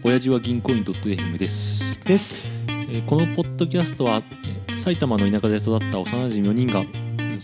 親父は銀行員 .fm です。このポッドキャストは埼玉の田舎で育った幼馴染4人が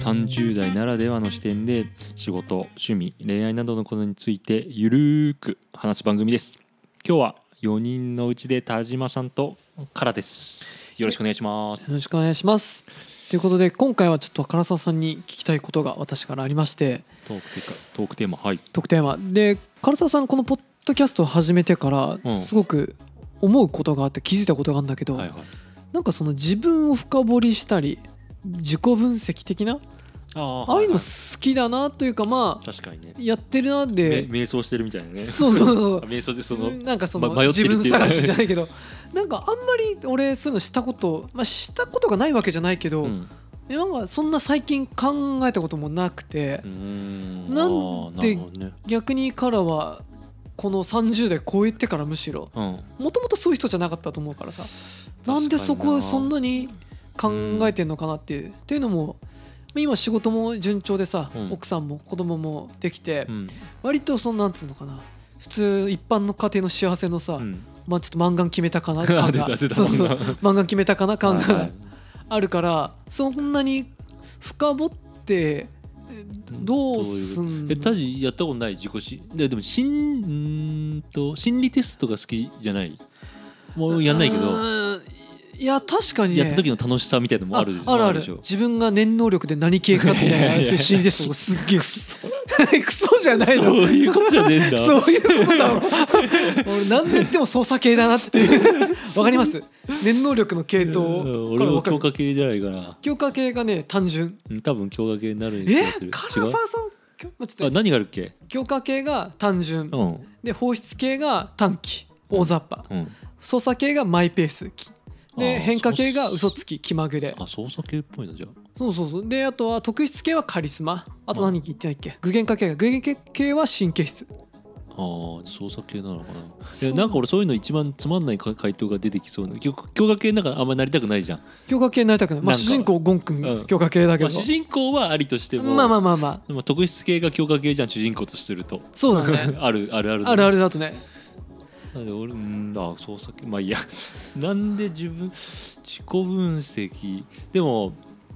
30代ならではの視点で仕事、趣味、恋愛などのことについてゆるーく話す番組です。今日は4人のうちで田島さんとカラです。よろしくお願いします。 よろしくお願いします。ということで今回はちょっと唐沢さんに聞きたいことが私からありまして、 トークテーマ、はい、 トークテーマで唐沢さんこのポッドキャストを始めてからすごく思うことがあって気づいたことがあるんだけど、なんかその自分を深掘りしたり自己分析的なああいうの好きだなというか、まあ確かにね、 やってるなで瞑想してるみたいなね。 そう瞑想でそのなんかその自分探しじゃないけどなんかあんまり俺そういうのしたことがないわけじゃないけど、なんかそんな最近考えたこともなくて、なんで逆にカラはこの30代超えてからむしろもともとそういう人じゃなかったと思うからさ、なんでそんなに考えてんのかなっていう、っていうのも今仕事も順調でさ、奥さんも子供もできて、割とそんなんつうのかな、普通一般の家庭の幸せのさ、まあちょっと満願決めたかな感が満願決めたかな感があるから、そんなに深掘ってどうすんの？ タジやったことない？自己でも心理テストが好きじゃない？もうやんないけど、 いや確かに、ね、 やった時の楽しさみたいなのもあるでしょ。 自分が念能力で何系かって心理テストすっげえクソじゃないの。 そういうことじゃねえんだ。 そういうことだろ。俺何年言っても操作系だなっていうわかります？念能力の系統。 俺は強化系じゃないかな。 強化系がね単純。 多分強化系になる気がする。 唐沢さん何があるっけ？ 強化系が単純、で放出系が短期大雑把、操作系がマイペースで変化系が嘘つき気まぐれ。 操作系っぽいな。じゃあそうで、あとは特質系はカリスマ、あと何言ってないっけ、具現化系は神経質。 操作系なのかな。なんか俺そういうの一番つまんない回答が出てきそうな。強化系なんかあんまりなりたくないじゃん。 強化系になりたくない。主人公ゴン君強化系だけど、 主人公はありとしてもでも特質系が強化系じゃん、主人公とすると。 そうだねあるだとね。 なんで俺操作系まあいいやなんで自己分析でも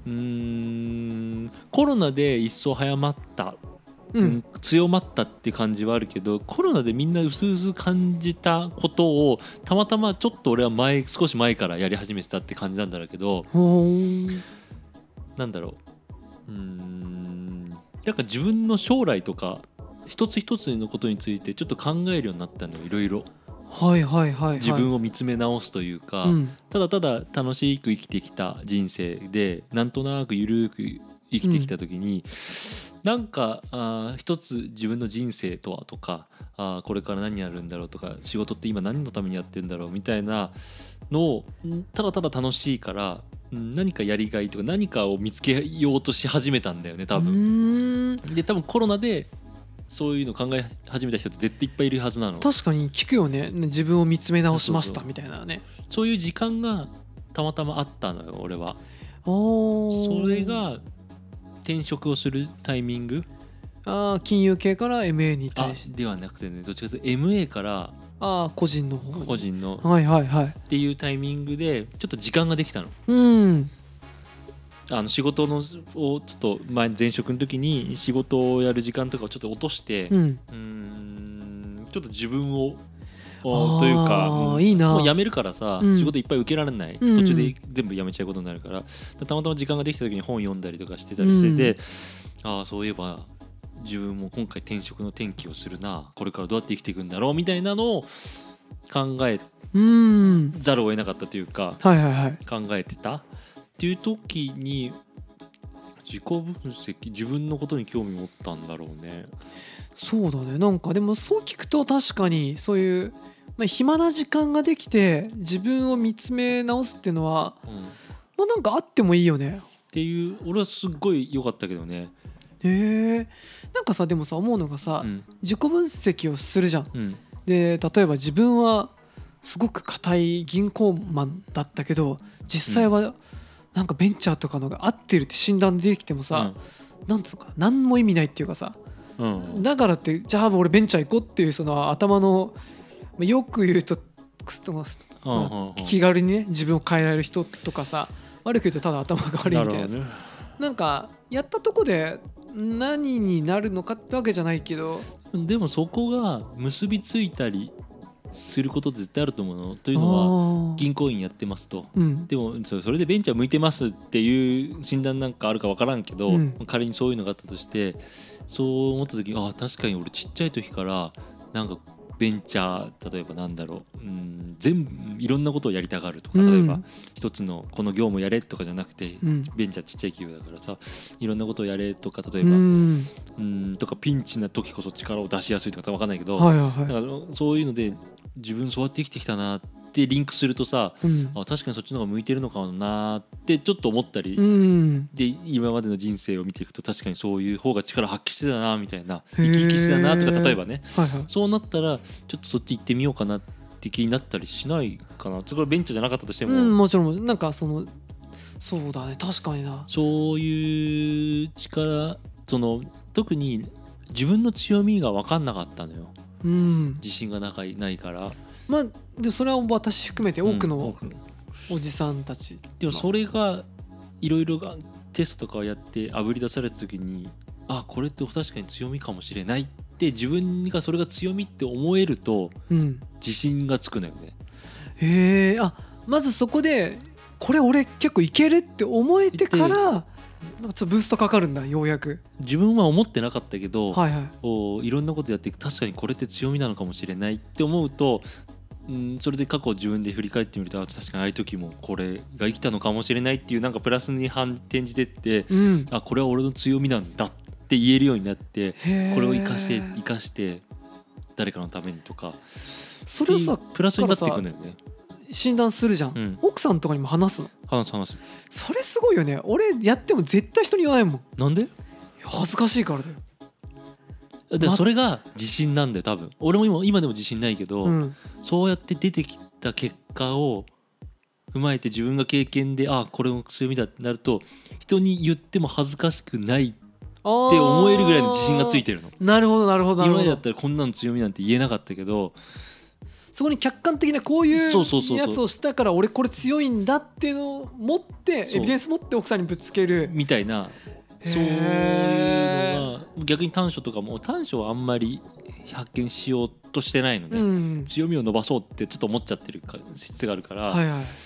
コロナで一層早まった、強まったっていう感じはあるけど、コロナでみんな薄々感じたことをたまたまちょっと俺は少し前からやり始めてたって感じなんだけど、なんだろう、なんか自分の将来とか一つ一つのことについてちょっと考えるようになったのよ、いろいろ。自分を見つめ直すというか、ただただ楽しく生きてきた人生でなんとなくゆるく生きてきた時に、なんか一つ自分の人生とはとか、これから何やるんだろうとか、仕事って今何のためにやってんだろうみたいなのをただただ楽しいから何かやりがいとか何かを見つけようとし始めたんだよね、多分。で多分コロナでそういうの考え始めた人って絶対いっぱいいるはずなの。 確かに聞くよね、自分を見つめ直しましたみたいなね。 そういう時間がたまたまあったのよ、俺は。それが転職をするタイミング、 金融系から MA に対してではなくてね、どっちかというと MA から個人の方、 個人のっていうタイミングでちょっと時間ができたの。仕事をちょっと前職の時に仕事をやる時間とかをちょっと落として、ちょっと自分をというか、 いいな、 もう辞めるからさ、仕事いっぱい受けられない、途中で全部辞めちゃうことになるから、たまたま時間ができた時に本読んだりとかしてたりしてて、そういえば自分も今回転職の転機をするな、これからどうやって生きていくんだろうみたいなのを考えざるを得なかったというか、考えてたっていう時に自己分析、自分のことに興味持ったんだろうね。 そうだね。なんかでもそう聞くと確かにそういう、暇な時間ができて自分を見つめ直すっていうのは、なんかあってもいいよねっていう、俺はすっごい良かったけどね。 なんかさ、でもさ思うのがさ、自己分析をするじゃん、で例えば自分はすごく固い銀行マンだったけど実際はなんかベンチャーとかのが合ってるって診断でできてもさ、なんつうか何も意味ないっていうかさ、だからってじゃあ俺ベンチャー行こうっていうその頭のよく言うと気軽にね自分を変えられる人とかさ、悪く言うとただ頭が悪いみたいなさ、なんかやったとこで何になるのかってわけじゃないけど、 でもそこが結びついたりすることって絶対あると思うの。というのは銀行員やってますと、でもそれでベンチャー向いてますっていう診断なんかあるか分からんけど、仮にそういうのがあったとして、そう思った時に確かに俺ちっちゃい時からなんかベンチャー、例えばなんだろう、全部いろんなことをやりたがるとか、例えば一つのこの業務やれとかじゃなくて、ベンチャーちっちゃい企業だからさ、いろんなことをやれとか、例えばとかピンチな時こそ力を出しやすいとか分かんないけど、だからそういうので自分そうやって生きてきたなってリンクするとさ、確かにそっちの方が向いてるのかなってちょっと思ったり、で今までの人生を見ていくと確かにそういう方が力発揮してたなみたいな、生き生きしてたなとか、例えばね、そうなったらちょっとそっち行ってみようかなって気になったりしないかな。それベンチャーじゃなかったとしても、 もちろんなんかそうだね、確かにな。 そういう力、特に自分の強みが分かんなかったのよ、自信がないから。 まあでもそれは私含めて多くのおじさんたち、 でもそれがいろいろテストとかをやってあぶり出された時に、これって確かに強みかもしれないって自分がそれが強みって思えると、自信がつくのよね。 まずそこでこれ俺結構いけるって思えてからなんかちょっとブーストかかるんだ、ようやく。 自分は思ってなかったけど、いろんなことやって確かにこれって強みなのかもしれないって思うと、それで過去を自分で振り返ってみると、確かにああいう時もこれが生きたのかもしれないっていう、なんかプラスに転じてって、これは俺の強みなんだって言えるようになって、これを生かして誰かのためにとか、 それをさプラスになっていくんだよね。 診断するじゃん、奥さんとかにも話すの？ 話す。 それすごいよね。俺やっても絶対人に言わないもん。 なんで？ 恥ずかしいからだよ。 でそれが自信なんだよ多分。俺も今でも自信ないけど、そうやって出てきた結果を踏まえて自分が経験でこれも強みだってなると、人に言っても恥ずかしくないって思えるぐらいの自信がついてるの。 なるほど。 今までだったらこんなの強みなんて言えなかったけど、 そこに客観的なこういうやつをしたから俺これ強いんだっていうのを持ってエビデンス持って奥さんにぶつけるみたいな、そういうのが逆に短所とかも、短所はあんまり発見しようとしてないので、強みを伸ばそうってちょっと思っちゃってる説があるから、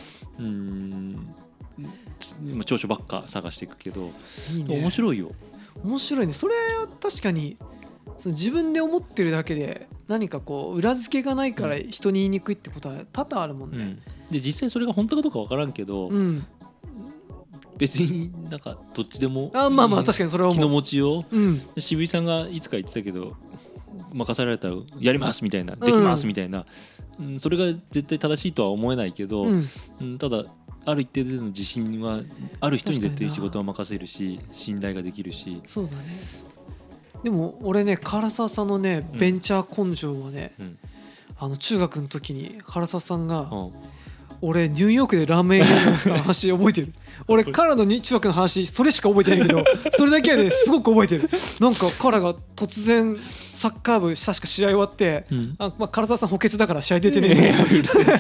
今長所ばっか探していくけど、面白いよ。 面白いね。それは確かに自分で思ってるだけで何かこう裏付けがないから人に言いにくいってことは多々あるもんね。 で実際それが本当かどうか分からんけど、別になんかどっちでもまあ確かにそれは気の持ちよう、渋井さんがいつか言ってたけど、任されたらやりますみたいな、できますみたいな、それが絶対正しいとは思えないけど、ただある一定での自信はある人に絶対仕事は任せるし、信頼ができるし。 そうだね。でも俺ね、唐沢さんのねベンチャー根性はね、中学の時に唐沢さんが、俺ニューヨークでラーメン屋にした話覚えてる。俺彼の中学の話それしか覚えてないけど、それだけはねすごく覚えてる。なんか彼が突然サッカー部確か試合終わって、唐沢さん補欠だから試合出てねえ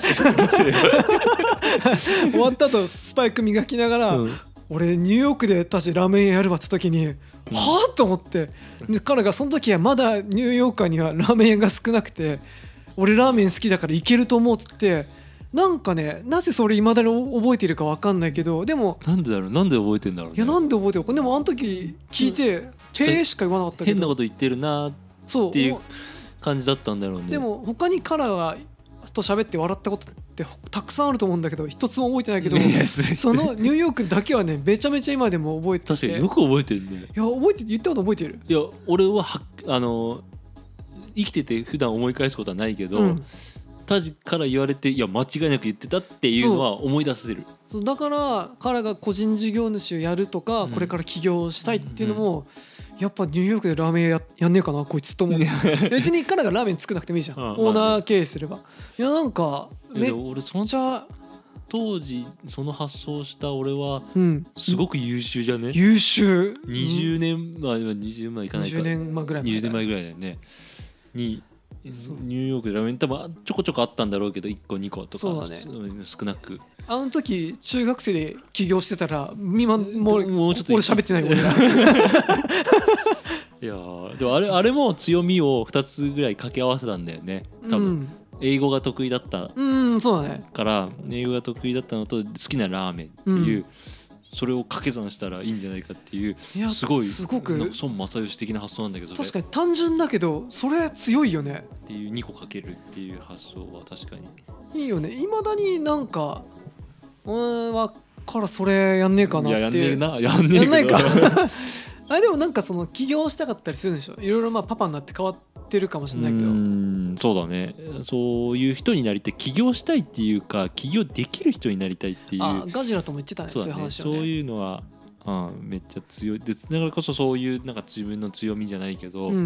終わった後スパイク磨きながら、俺ニューヨークで私ラーメン屋やるわって時に、はぁと思って、で彼がその時はまだニューヨーカーにはラーメン屋が少なくて、俺ラーメン好きだから行けると思うっつって、なんかね、なぜそれ未だに覚えているか分かんないけど、でもなんでだろう、なんで覚えてんだろうね。 いやなんで覚えてるか、でもあの時聞いて手しか言わなかったけど、 変なこと言ってるなっていう感じだったんだろうね。 でも他にカラーと喋って笑ったことってたくさんあると思うんだけど、一つも覚えてないけど、そのニューヨークだけはねめちゃめちゃ今でも覚えてて。 確かによく覚えてるね。 いや覚えてて、言ったこと覚えてる。 いや俺は生きてて普段思い返すことはないけど、タジから言われて、いや間違いなく言ってたっていうのは思い出せる。 そうだから彼が個人事業主をやるとか、これから起業したいっていうのも、やっぱニューヨークでラーメン屋 やんねえかなこいつと思う。別に彼がラーメン作らなくてもいいじゃん、オーナー経営すれば。いやなんかめっちゃ当時その発想した俺はすごく優秀じゃね。 優秀。 20年前は20年前いかないか、 20年前ぐらい 20年前ぐらいだよねにニューヨークでラーメン多分ちょこちょこあったんだろうけど1個2個とか、ね、少なく。 あの時中学生で起業してたら今もうちょっと俺喋ってない俺らいやでもあれも強みを2つぐらい掛け合わせたんだよね多分、英語が得意だったそうだねから英語が得意だったのと好きなラーメンっていう、それを掛け算したらいいんじゃないかっていうすごく孫正義的な発想なんだけど、 確かに単純だけどそれ強いよねっていう2個かけるっていう発想は確かにいいよね。いまだになんかはからそれやんねえかなって。いややんねえかあでもなんかその起業したかったりするんでしょ。いろいろまあパパになって変わってるかもしれないけど。 そうだね。そういう人になりたい、起業したいっていうか起業できる人になりたいっていう。 ガジラとも言ってたね。そういう話はね。 そういうのはめっちゃ強いで、だからこそそういうなんか自分の強みじゃないけど、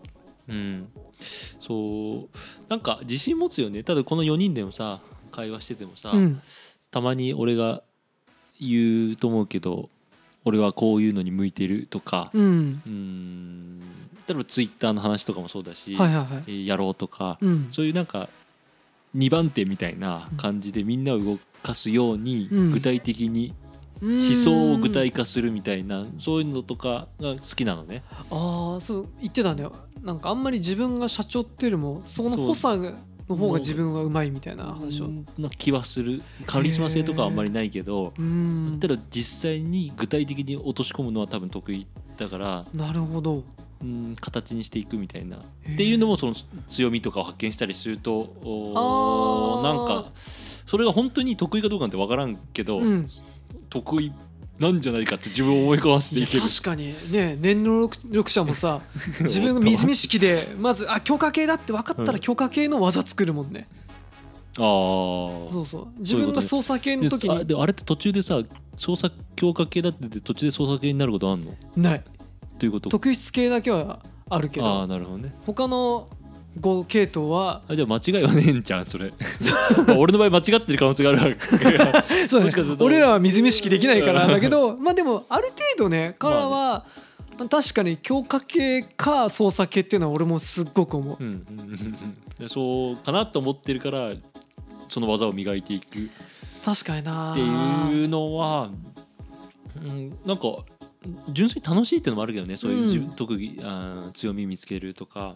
そうなんか自信持つよね。ただこの4人でもさ会話しててもさ、たまに俺が言うと思うけど、俺はこういうのに向いてるとか、例えばツイッターの話とかもそうだし、やろうとか、そういうなんか2番手みたいな感じでみんなを動かすように具体的に思想を具体化するみたいな、そういうのとかが好きなのね。 そう言ってたんだよ。なんかあんまり自分が社長っていうよりもその補佐の方が自分はうまいみたいな話をな気はする。カリスマ性とかはあんまりないけど、ただ実際に具体的に落とし込むのは多分得意だから、 なるほど、 形にしていくみたいなっていうのもその強みとかを発見したりすると、なんかそれが本当に得意かどうかなんて分からんけど、得意なんじゃないかって自分を思い込ませていける。 確かにね、念能力者もさ自分がみずみ識でまず強化系だって分かったら強化系の技作るもんね。そうそう、自分が操作系の時に。 であれって途中でさ操作強化系だって途中で操作系になることあんの？ ないということ。 特質系だけはあるけど、 なるほどね。 他の5系統はじゃあ間違いはねえんじゃんそれ俺の場合間違ってる可能性があるわけそう、ね、俺らは水見識できないからだけどまあでもある程度ねからは確かに強化系か操作系っていうのは俺もすっごく思う、 そうかなと思ってるからその技を磨いていく。 確かになっていうのは、なんか純粋に楽しいっていうのもあるけどね。そういう自分特技、強み見つけるとか、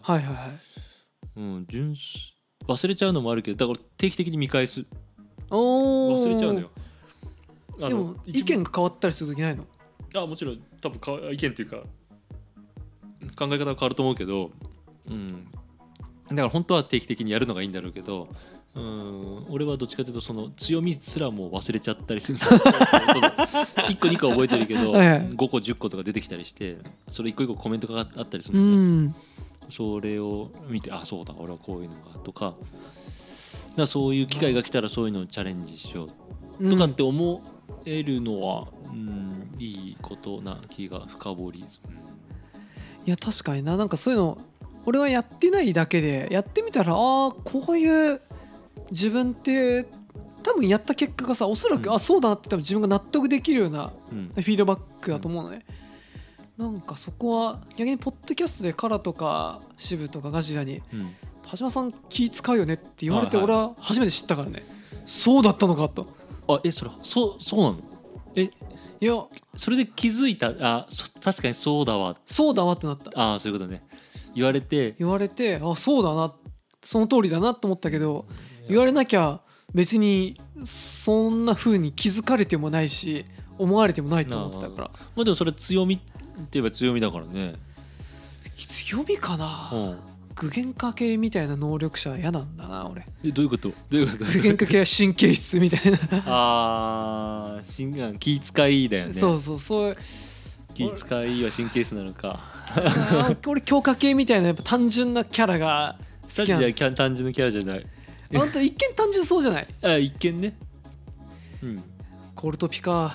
忘れちゃうのもあるけど、だから定期的に見返す。忘れちゃうのよ。 でも意見が変わったりする時ないの？ もちろん多分意見っていうか考え方は変わると思うけど、だから本当は定期的にやるのがいいんだろうけど、俺はどっちかというとその強みすらも忘れちゃったりする1個2個覚えてるけど5個10個とか出てきたりして、それ一個一個コメントがあったりするんで、それを見てそうだ俺はこういうのがとか、そういう機会が来たらそういうのをチャレンジしようとかって思えるのは、いいことな気が深掘り。 いや確かにな、なんかそういうの俺はやってないだけでやってみたらこういう自分って多分やった結果がさおそらく、そうだなって多分自分が納得できるようなフィードバックだと思うのね、なんかそこは逆にポッドキャストでカラとかシブとかガジラに、田島さん気使うよねって言われて俺は初めて知ったからね、そうだったのかと。 そうなの？ いやそれで気づいた。確かにそうだわってなった。 そういうことね。言われてそうだな、その通りだなと思ったけど、言われなきゃ別にそんな風に気づかれてもないし思われてもないと思ってたから。 でもそれ強みって言えば強みだからね。 強みかな、具現化系みたいな能力者は嫌なんだな俺。 どういうこと？ 具現化系は神経質みたいな気遣いだよね。 そう気遣いは神経質なのか俺強化系みたいなやっぱ単純なキャラが好きなの。 単純なキャラじゃない。 本当一見単純そうじゃない？ 一見ね。 コルトピカ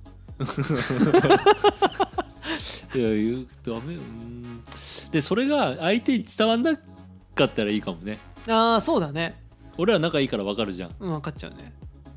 いやダメ。でそれが相手に伝わんなかったらいいかもね。 そうだね。 俺ら仲いいから分かるじゃん。 分かっちゃうね。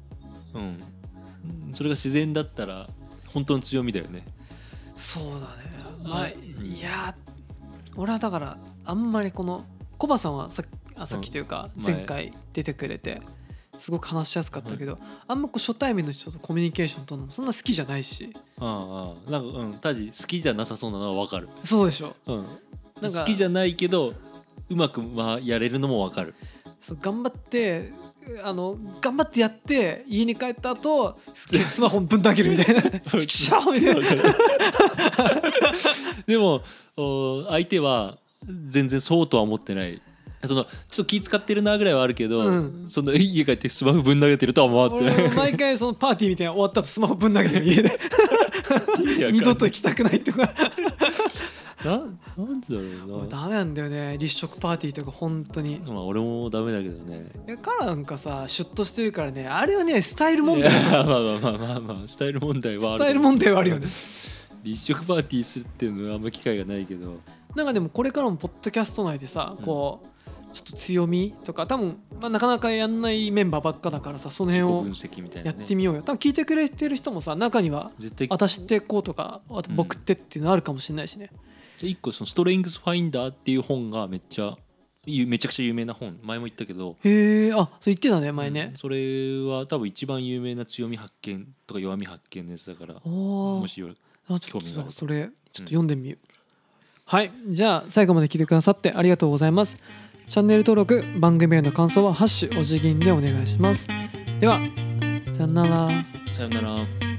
それが自然だったら本当の強みだよね。 そうだね。いや俺はだからあんまりこのコバさんはさっきというか前回出てくれてすごく話しやすかったけど、あんまこう初対面の人とコミュニケーション取るのもそんな好きじゃないし。 なんかタジ好きじゃなさそうなのは分かる。 そうでしょ。 なんか好きじゃないけどうまくやれるのも分かる。 そう頑張ってやって家に帰った後スマホぶん投げるみたいなチキシャーみたいなでも相手は全然そうとは思ってない。ちょっと気使ってるなぐらいはあるけど、その家帰ってスマホぶん投げてるとは思ってない。 俺毎回そのパーティーみたいな終わった後スマホぶん投げてる家で二度と行きたくないとかなんでだろうな。 ダメなんだよね立食パーティーとか本当に。 俺もダメだけどね。 彼なんかさシュッとしてるからね、あれはねスタイル問題。 まあスタイル問題はある。 スタイル問題はあるよね。 立食パーティーするっていうのはあんま機会がないけど、 なんかでもこれからもポッドキャスト内でさ、こうちょっと強みとか多分、なかなかやんないメンバーばっかだからさ、その辺をやってみようよ。多分聞いてくれてる人もさ中には私ってこうとか僕ってっていうのあるかもしれないしね。 一個そのストレングスファインダーっていう本がめちゃくちゃ有名な本、前も言ったけど。 へえ、それ言ってたね前ね。 それは多分一番有名な強み発見とか弱み発見のやつだから、もし興味があるそれちょっと読んでみよう。はい、じゃあ最後まで聞いてくださってありがとうございます。チャンネル登録、番組への感想はハッシュおじぎんでお願いします。ではさよなら。 さよなら。